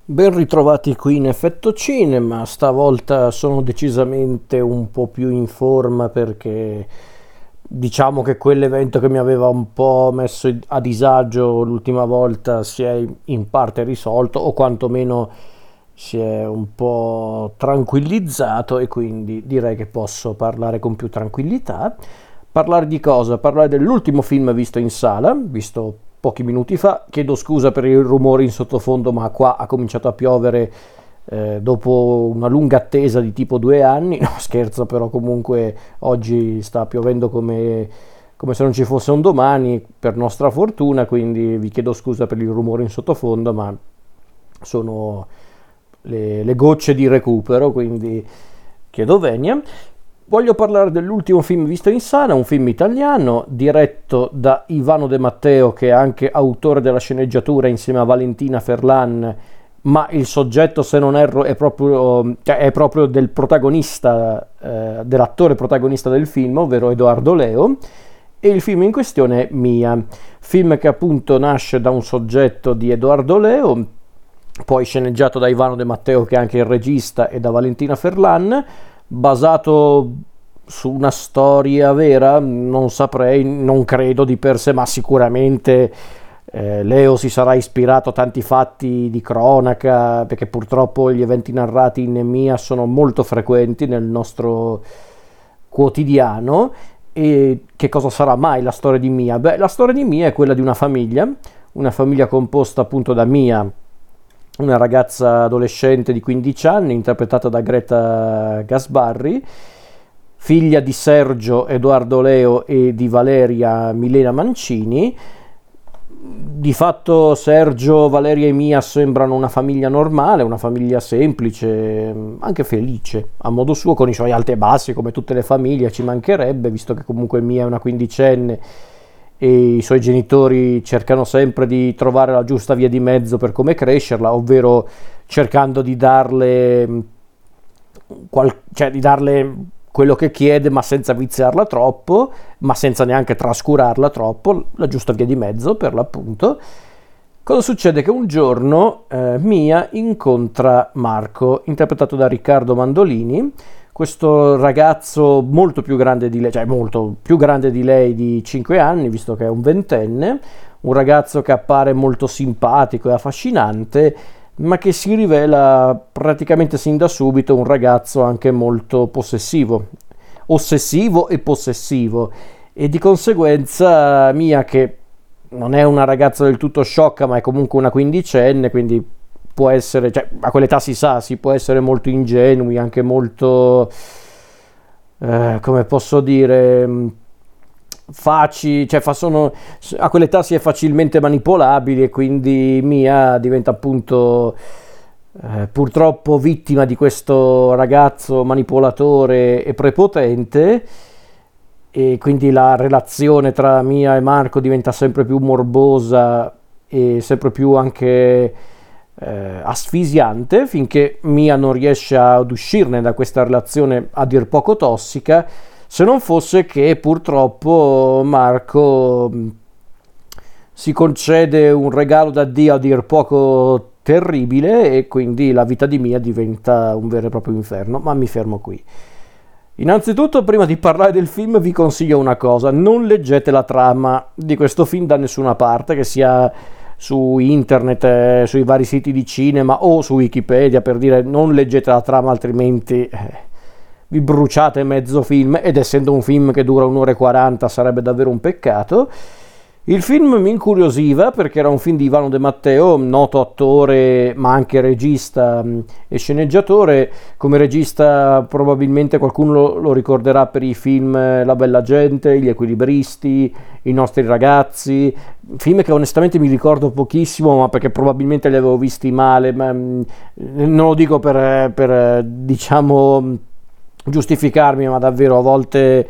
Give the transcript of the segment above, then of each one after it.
Ben ritrovati qui in Effetto Cinema, stavolta sono decisamente un po' più in forma perché diciamo che quell'evento che mi aveva un po' messo a disagio l'ultima volta si è in parte risolto o quantomeno si è un po' tranquillizzato e quindi direi che posso parlare con più tranquillità. Parlare di cosa? Parlare dell'ultimo film visto in sala, visto pochi minuti fa. Chiedo scusa per il rumore in sottofondo, ma qua ha cominciato a piovere dopo una lunga attesa di tipo 2 anni. No, scherzo, però comunque oggi sta piovendo come se non ci fosse un domani, per nostra fortuna, quindi vi chiedo scusa per il rumore in sottofondo, ma sono le gocce di recupero, quindi chiedo venia. Voglio parlare dell'ultimo film visto in sala, un film italiano diretto da Ivano De Matteo, che è anche autore della sceneggiatura insieme a Valentina Ferlan, ma il soggetto, se non erro, è proprio del protagonista, dell'attore protagonista del film, ovvero Edoardo Leo, e il film in questione è Mia, film che appunto nasce da un soggetto di Edoardo Leo, poi sceneggiato da Ivano De Matteo, che è anche il regista, e da Valentina Ferlan, basato su una storia vera, non saprei, non credo di per sé, ma sicuramente Leo si sarà ispirato a tanti fatti di cronaca, perché purtroppo gli eventi narrati in Mia sono molto frequenti nel nostro quotidiano. E che cosa sarà mai la storia di Mia? Beh, la storia di Mia è quella di una famiglia composta appunto da Mia, una ragazza adolescente di 15 anni, interpretata da Greta Gasbarri, figlia di Sergio Edoardo Leo e di Valeria Milena Mancini. Di fatto Sergio, Valeria e Mia sembrano una famiglia normale, una famiglia semplice, anche felice, a modo suo, con i suoi alti e bassi, come tutte le famiglie, ci mancherebbe, visto che comunque Mia è una quindicenne e i suoi genitori cercano sempre di trovare la giusta via di mezzo per come crescerla, ovvero cercando di darle, di darle quello che chiede, ma senza viziarla troppo, ma senza neanche trascurarla troppo, la giusta via di mezzo per l'appunto. Cosa succede? Che un giorno Mia incontra Marco, interpretato da Riccardo Mandolini, questo ragazzo molto più grande di lei, cioè molto più grande di lei di 5 anni, visto che è un ventenne, un ragazzo che appare molto simpatico e affascinante, ma che si rivela praticamente sin da subito un ragazzo anche molto possessivo, ossessivo e possessivo, e di conseguenza Mia, che non è una ragazza del tutto sciocca, ma è comunque una quindicenne, quindi può essere, cioè a quell'età si sa, si può essere molto ingenui, anche molto, come posso dire, facili, cioè a quell'età si è facilmente manipolabili, e quindi Mia diventa appunto purtroppo vittima di questo ragazzo manipolatore e prepotente, e quindi la relazione tra Mia e Marco diventa sempre più morbosa e sempre più anche asfisiante, finché Mia non riesce ad uscirne da questa relazione a dir poco tossica, se non fosse che purtroppo Marco si concede un regalo d'addio a dir poco terribile, e quindi la vita di Mia diventa un vero e proprio inferno. Ma mi fermo qui. Innanzitutto, prima di parlare del film, vi consiglio una cosa: non leggete la trama di questo film da nessuna parte, che sia su internet, sui vari siti di cinema o su Wikipedia, per dire, non leggete la trama, altrimenti vi bruciate mezzo film, ed essendo un film che dura 1 ora e 40 sarebbe davvero un peccato. Il film mi incuriosiva perché era un film di Ivano De Matteo, noto attore ma anche regista e sceneggiatore. Come regista probabilmente qualcuno lo ricorderà per i film La Bella Gente, Gli Equilibristi, I Nostri Ragazzi, film che onestamente mi ricordo pochissimo, ma perché probabilmente li avevo visti male, ma non lo dico per diciamo giustificarmi, ma davvero a volte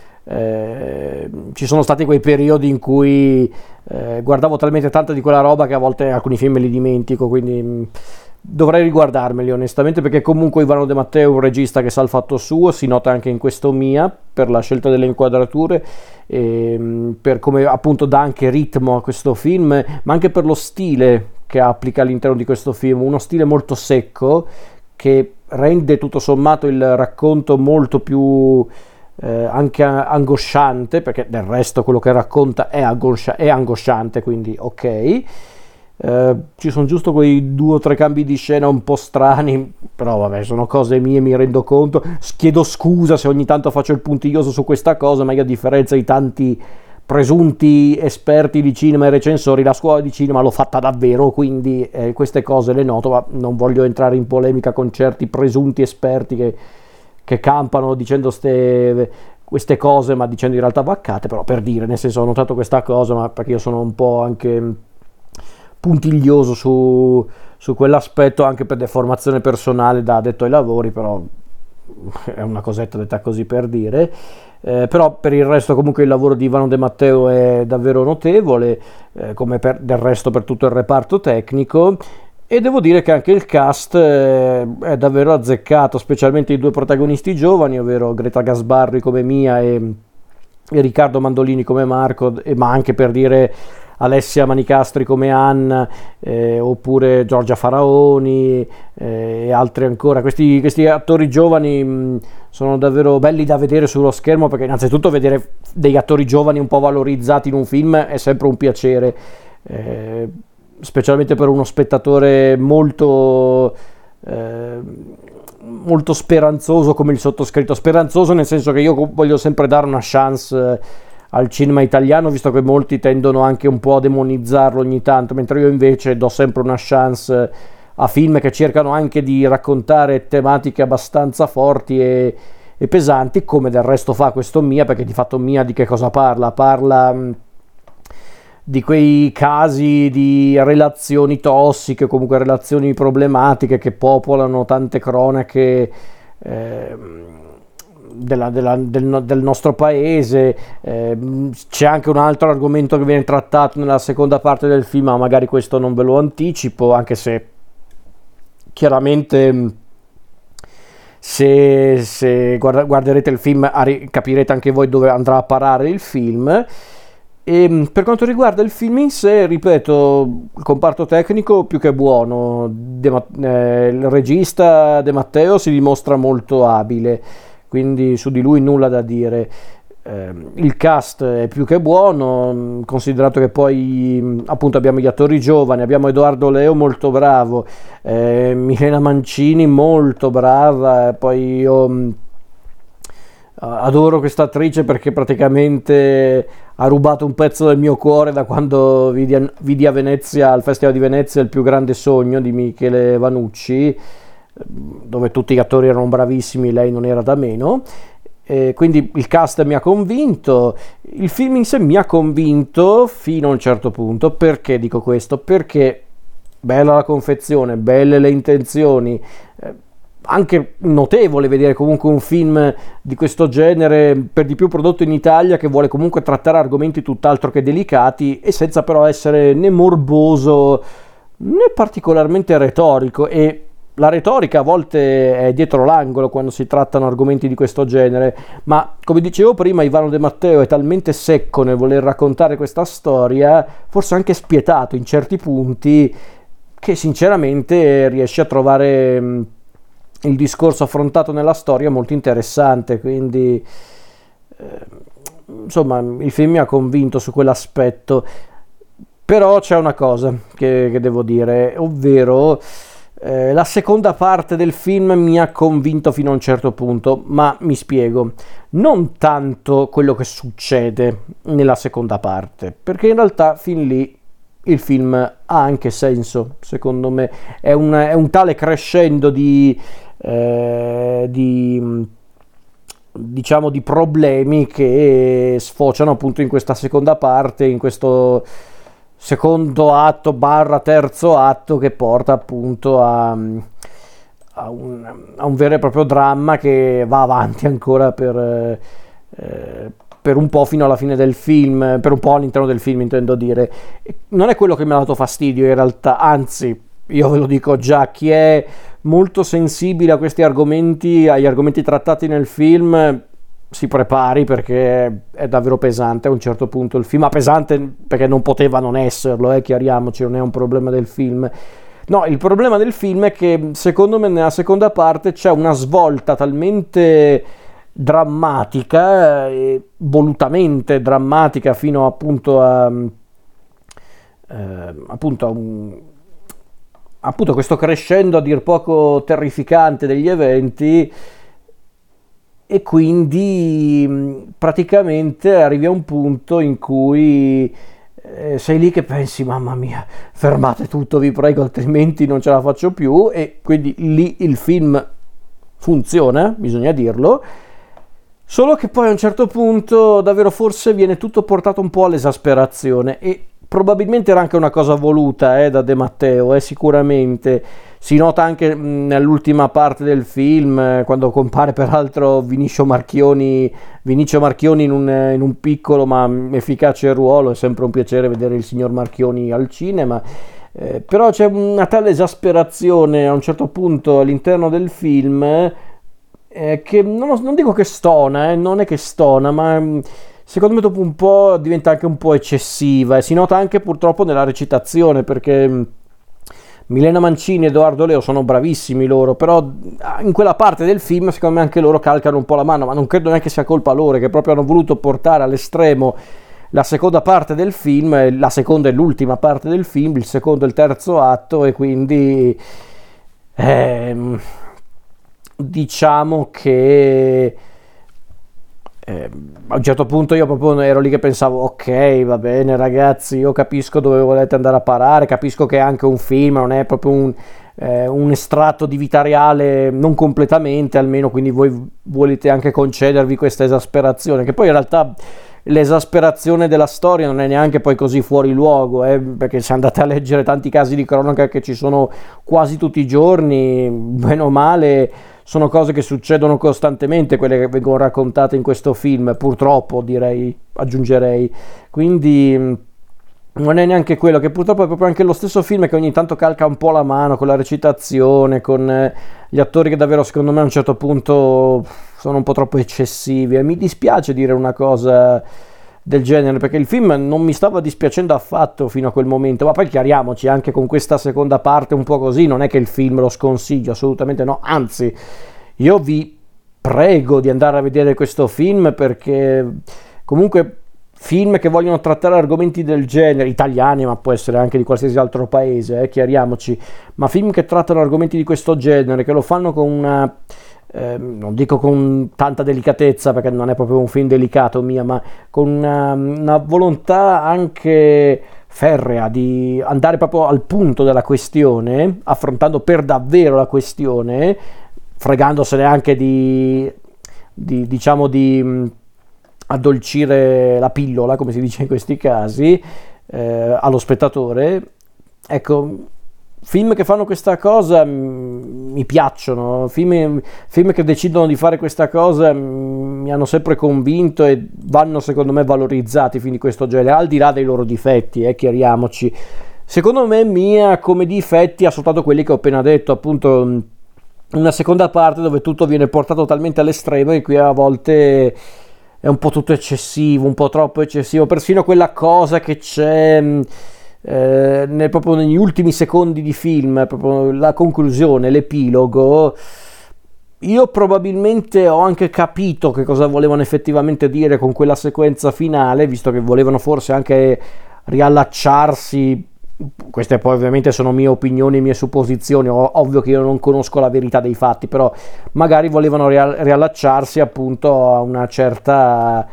ci sono stati quei periodi in cui guardavo talmente tanto di quella roba che a volte alcuni film me li dimentico, quindi dovrei riguardarmeli onestamente, perché comunque Ivano De Matteo è un regista che sa il fatto suo, si nota anche in questo Mia per la scelta delle inquadrature, per come appunto dà anche ritmo a questo film, ma anche per lo stile che applica all'interno di questo film, uno stile molto secco che rende tutto sommato il racconto molto più anche angosciante, perché del resto quello che racconta è angosciante, quindi ok. Ci sono giusto quei 2 o 3 cambi di scena un po' strani, però vabbè, sono cose mie, mi rendo conto. Chiedo scusa se ogni tanto faccio il puntiglioso su questa cosa, ma io, a differenza di tanti presunti esperti di cinema e recensori, la scuola di cinema l'ho fatta davvero, quindi queste cose le noto, ma non voglio entrare in polemica con certi presunti esperti che campano dicendo queste cose, ma dicendo in realtà vaccate. Però, per dire, nel senso, ho notato questa cosa, ma perché io sono un po' anche puntiglioso su quell'aspetto, anche per deformazione personale da addetto ai lavori, però è una cosetta detta così per dire. Però per il resto comunque il lavoro di Ivano De Matteo è davvero notevole, come del resto per tutto il reparto tecnico, e devo dire che anche il cast è davvero azzeccato, specialmente i 2 protagonisti giovani, ovvero Greta Gasbarri come Mia e Riccardo Mandolini come Marco, ma anche, per dire, Alessia Manicastri come Anna, oppure Giorgia Faraoni e altri ancora. Questi attori giovani sono davvero belli da vedere sullo schermo, perché innanzitutto vedere degli attori giovani un po' valorizzati in un film è sempre un piacere, specialmente per uno spettatore molto molto speranzoso come il sottoscritto. Speranzoso nel senso che io voglio sempre dare una chance al cinema italiano, visto che molti tendono anche un po' a demonizzarlo ogni tanto, mentre io invece do sempre una chance a film che cercano anche di raccontare tematiche abbastanza forti e pesanti, come del resto fa questo Mia, perché di fatto Mia di che cosa parla? Parla di quei casi di relazioni tossiche, comunque relazioni problematiche che popolano tante cronache del nostro paese. C'è anche un altro argomento che viene trattato nella seconda parte del film, ma magari questo non ve lo anticipo, anche se chiaramente se guarderete il film capirete anche voi dove andrà a parare il film. E per quanto riguarda il film in sé, ripeto, il comparto tecnico più che buono, il regista De Matteo si dimostra molto abile, quindi su di lui nulla da dire. Il cast è più che buono, considerato che poi appunto abbiamo gli attori giovani, abbiamo Edoardo Leo molto bravo, Milena Mancini molto brava, poi io adoro questa attrice perché praticamente ha rubato un pezzo del mio cuore da quando vidi a Venezia, al Festival di Venezia, Il più grande sogno di Michele Vanucci, dove tutti gli attori erano bravissimi, lei non era da meno. Quindi il cast mi ha convinto, il film in sé mi ha convinto fino a un certo punto. Perché dico questo? Perché bella la confezione, belle le intenzioni, anche notevole vedere comunque un film di questo genere, per di più prodotto in Italia, che vuole comunque trattare argomenti tutt'altro che delicati e senza però essere né morboso né particolarmente retorico. E la retorica a volte è dietro l'angolo quando si trattano argomenti di questo genere, ma come dicevo prima, Ivano De Matteo è talmente secco nel voler raccontare questa storia, forse anche spietato in certi punti, che sinceramente riesce a trovare il discorso affrontato nella storia molto interessante. Quindi insomma il film mi ha convinto su quell'aspetto. Però c'è una cosa che devo dire, ovvero la seconda parte del film mi ha convinto fino a un certo punto, ma mi spiego. Non tanto quello che succede nella seconda parte, perché in realtà fin lì il film ha anche senso, secondo me. È un tale crescendo diciamo di problemi che sfociano appunto in questa seconda parte, in questo secondo atto barra terzo atto, che porta appunto a un vero e proprio dramma che va avanti ancora per un po' fino alla fine del film, per un po' all'interno del film intendo dire. Non è quello che mi ha dato fastidio in realtà, anzi io ve lo dico già, chi è molto sensibile a questi argomenti, agli argomenti trattati nel film, si prepari perché è davvero pesante a un certo punto il film, ma pesante perché non poteva non esserlo, chiariamoci, non è un problema del film. No, il problema del film è che secondo me nella seconda parte c'è una svolta talmente drammatica, volutamente drammatica fino appunto a appunto questo crescendo a dir poco terrificante degli eventi, e quindi praticamente arrivi a un punto in cui sei lì che pensi mamma mia, fermate tutto vi prego, altrimenti non ce la faccio più, e quindi lì il film funziona, bisogna dirlo. Solo che poi a un certo punto davvero forse viene tutto portato un po' all'esasperazione, e probabilmente era anche una cosa voluta da De Matteo, sicuramente. Si nota anche nell'ultima parte del film, quando compare peraltro Vinicio Marchioni in un piccolo ma efficace ruolo. È sempre un piacere vedere il signor Marchioni al cinema. Però c'è una tale esasperazione a un certo punto all'interno del film, che non dico che stona, non è che stona, ma secondo me dopo un po' diventa anche un po' eccessiva, e si nota anche purtroppo nella recitazione, perché Milena Mancini e Edoardo Leo sono bravissimi loro, però in quella parte del film secondo me anche loro calcano un po' la mano, ma non credo neanche sia colpa loro, che proprio hanno voluto portare all'estremo la seconda parte del film, la seconda e l'ultima parte del film, il secondo e il terzo atto, e quindi diciamo che a un certo punto io proprio ero lì che pensavo ok, va bene ragazzi, io capisco dove volete andare a parare, capisco che è anche un film, non è proprio un estratto di vita reale, non completamente almeno, quindi voi volete anche concedervi questa esasperazione, che poi in realtà l'esasperazione della storia non è neanche poi così fuori luogo, perché se andate a leggere tanti casi di cronaca che ci sono quasi tutti i giorni, bene o male sono cose che succedono costantemente, quelle che vengono raccontate in questo film, purtroppo direi, aggiungerei. Quindi non è neanche quello, che purtroppo è proprio anche lo stesso film che ogni tanto calca un po' la mano con la recitazione, con gli attori che davvero secondo me a un certo punto sono un po' troppo eccessivi, e mi dispiace dire una cosa del genere, perché il film non mi stava dispiacendo affatto fino a quel momento, ma poi chiariamoci, anche con questa seconda parte un po' così, non è che il film lo sconsiglio, assolutamente no, anzi, io vi prego di andare a vedere questo film, perché comunque film che vogliono trattare argomenti del genere, italiani, ma può essere anche di qualsiasi altro paese, chiariamoci, ma film che trattano argomenti di questo genere, che lo fanno con una non dico con tanta delicatezza, perché non è proprio un film delicato mia, ma con una volontà anche ferrea di andare proprio al punto della questione, affrontando per davvero la questione, fregandosene anche diciamo di addolcire la pillola, come si dice in questi casi, allo spettatore. Ecco, film che fanno questa cosa mi piacciono, film che decidono di fare questa cosa mi hanno sempre convinto, e vanno secondo me valorizzati film di questo genere, al di là dei loro difetti, chiariamoci. Secondo me Mia come difetti ha soltanto quelli che ho appena detto, appunto una seconda parte dove tutto viene portato talmente all'estremo e qui a volte è un po' tutto eccessivo, un po' troppo eccessivo, persino quella cosa che c'è proprio negli ultimi secondi di film, proprio la conclusione, l'epilogo. Io probabilmente ho anche capito che cosa volevano effettivamente dire con quella sequenza finale, visto che volevano forse anche riallacciarsi. Queste poi ovviamente sono mie opinioni, mie supposizioni, ovvio che io non conosco la verità dei fatti, però magari volevano riallacciarsi appunto a una certa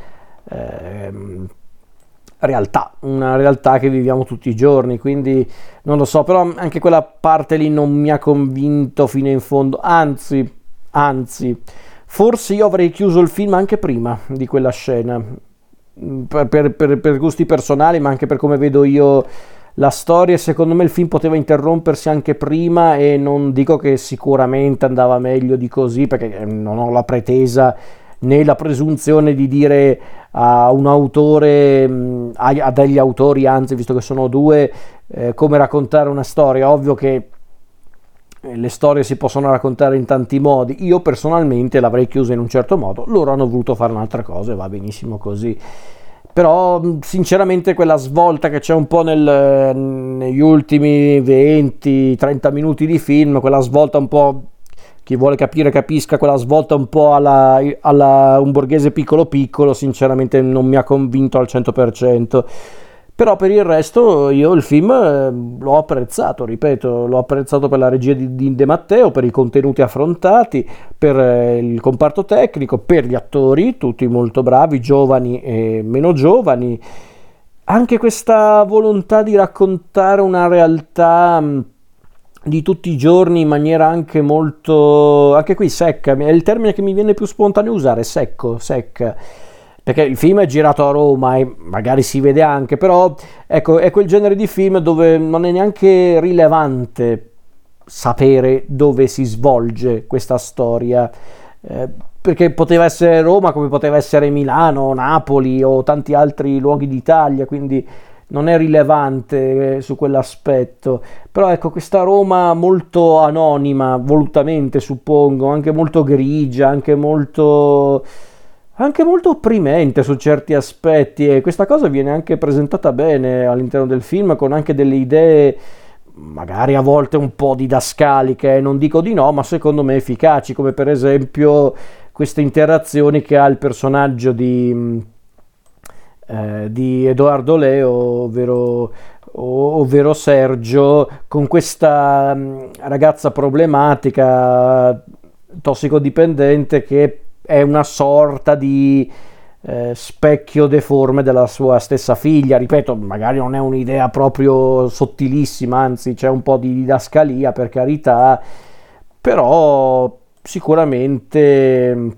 realtà, una realtà che viviamo tutti i giorni, quindi non lo so, però anche quella parte lì non mi ha convinto fino in fondo, anzi, forse io avrei chiuso il film anche prima di quella scena, per gusti personali, ma anche per come vedo io la storia. Secondo me il film poteva interrompersi anche prima, e non dico che sicuramente andava meglio di così, perché non ho la pretesa né la presunzione di dire a un autore, a degli autori, anzi, visto che sono due, come raccontare una storia. Ovvio che le storie si possono raccontare in tanti modi. Io personalmente l'avrei chiusa in un certo modo, loro hanno voluto fare un'altra cosa e va benissimo così. Però sinceramente quella svolta che c'è un po' negli ultimi 20-30 minuti di film, quella svolta un po', chi vuole capire capisca, quella svolta un po' alla un borghese piccolo piccolo, sinceramente non mi ha convinto al 100%. Però per il resto io il film l'ho apprezzato, ripeto, l'ho apprezzato per la regia di De Matteo, per i contenuti affrontati, per il comparto tecnico, per gli attori, tutti molto bravi, giovani e meno giovani. Anche questa volontà di raccontare una realtà di tutti i giorni in maniera anche molto, anche qui secca, è il termine che mi viene più spontaneo usare, secco, secca, perché il film è girato a Roma e magari si vede anche, però ecco, è quel genere di film dove non è neanche rilevante sapere dove si svolge questa storia, eh, perché poteva essere Roma come poteva essere Milano, Napoli o tanti altri luoghi d'Italia, quindi non è rilevante su quell'aspetto. Però ecco, questa Roma molto anonima, volutamente suppongo, anche molto grigia, anche molto opprimente su certi aspetti, e questa cosa viene anche presentata bene all'interno del film con anche delle idee magari a volte un po' didascaliche, non dico di no, ma secondo me efficaci, come per esempio queste interazioni che ha il personaggio di Edoardo Leo, ovvero Sergio, con questa ragazza problematica, tossicodipendente, che è una sorta di specchio deforme della sua stessa figlia. Ripeto, magari non è un'idea proprio sottilissima, anzi c'è un po' di didascalia, per carità, però sicuramente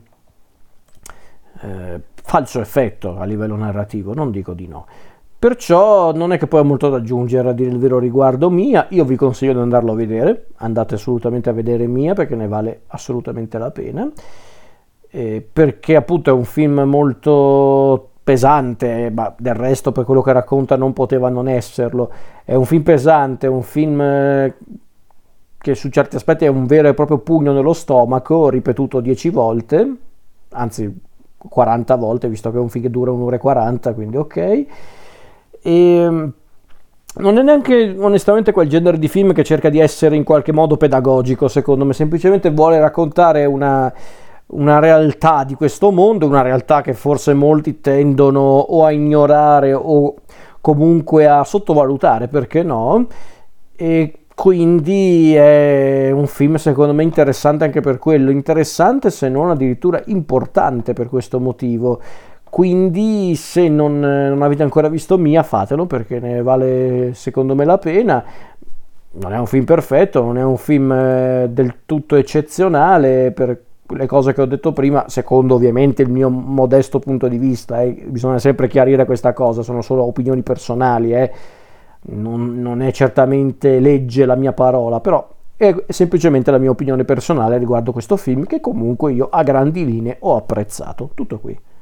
fa il suo effetto a livello narrativo, non dico di no. Perciò non è che poi ho molto da aggiungere a dire il vero riguardo Mia. Io vi consiglio di andarlo a vedere, andate assolutamente a vedere Mia perché ne vale assolutamente la pena, perché appunto è un film molto pesante, ma del resto per quello che racconta non poteva non esserlo. È un film pesante, un film che su certi aspetti è un vero e proprio pugno nello stomaco, ripetuto 10 volte, anzi 40 volte, visto che è un film che dura un'ora e 40, quindi ok. E non è neanche onestamente quel genere di film che cerca di essere in qualche modo pedagogico, secondo me, semplicemente vuole raccontare una realtà di questo mondo, una realtà che forse molti tendono o a ignorare o comunque a sottovalutare, perché no? E quindi è un film secondo me interessante anche per quello, interessante se non addirittura importante per questo motivo. Quindi se non avete ancora visto Mia, fatelo perché ne vale secondo me la pena. Non è un film perfetto, non è un film del tutto eccezionale per le cose che ho detto prima, secondo ovviamente il mio modesto punto di vista, bisogna sempre chiarire questa cosa, sono solo opinioni personali, non è certamente legge la mia parola, però è semplicemente la mia opinione personale riguardo questo film che comunque io a grandi linee ho apprezzato. Tutto qui.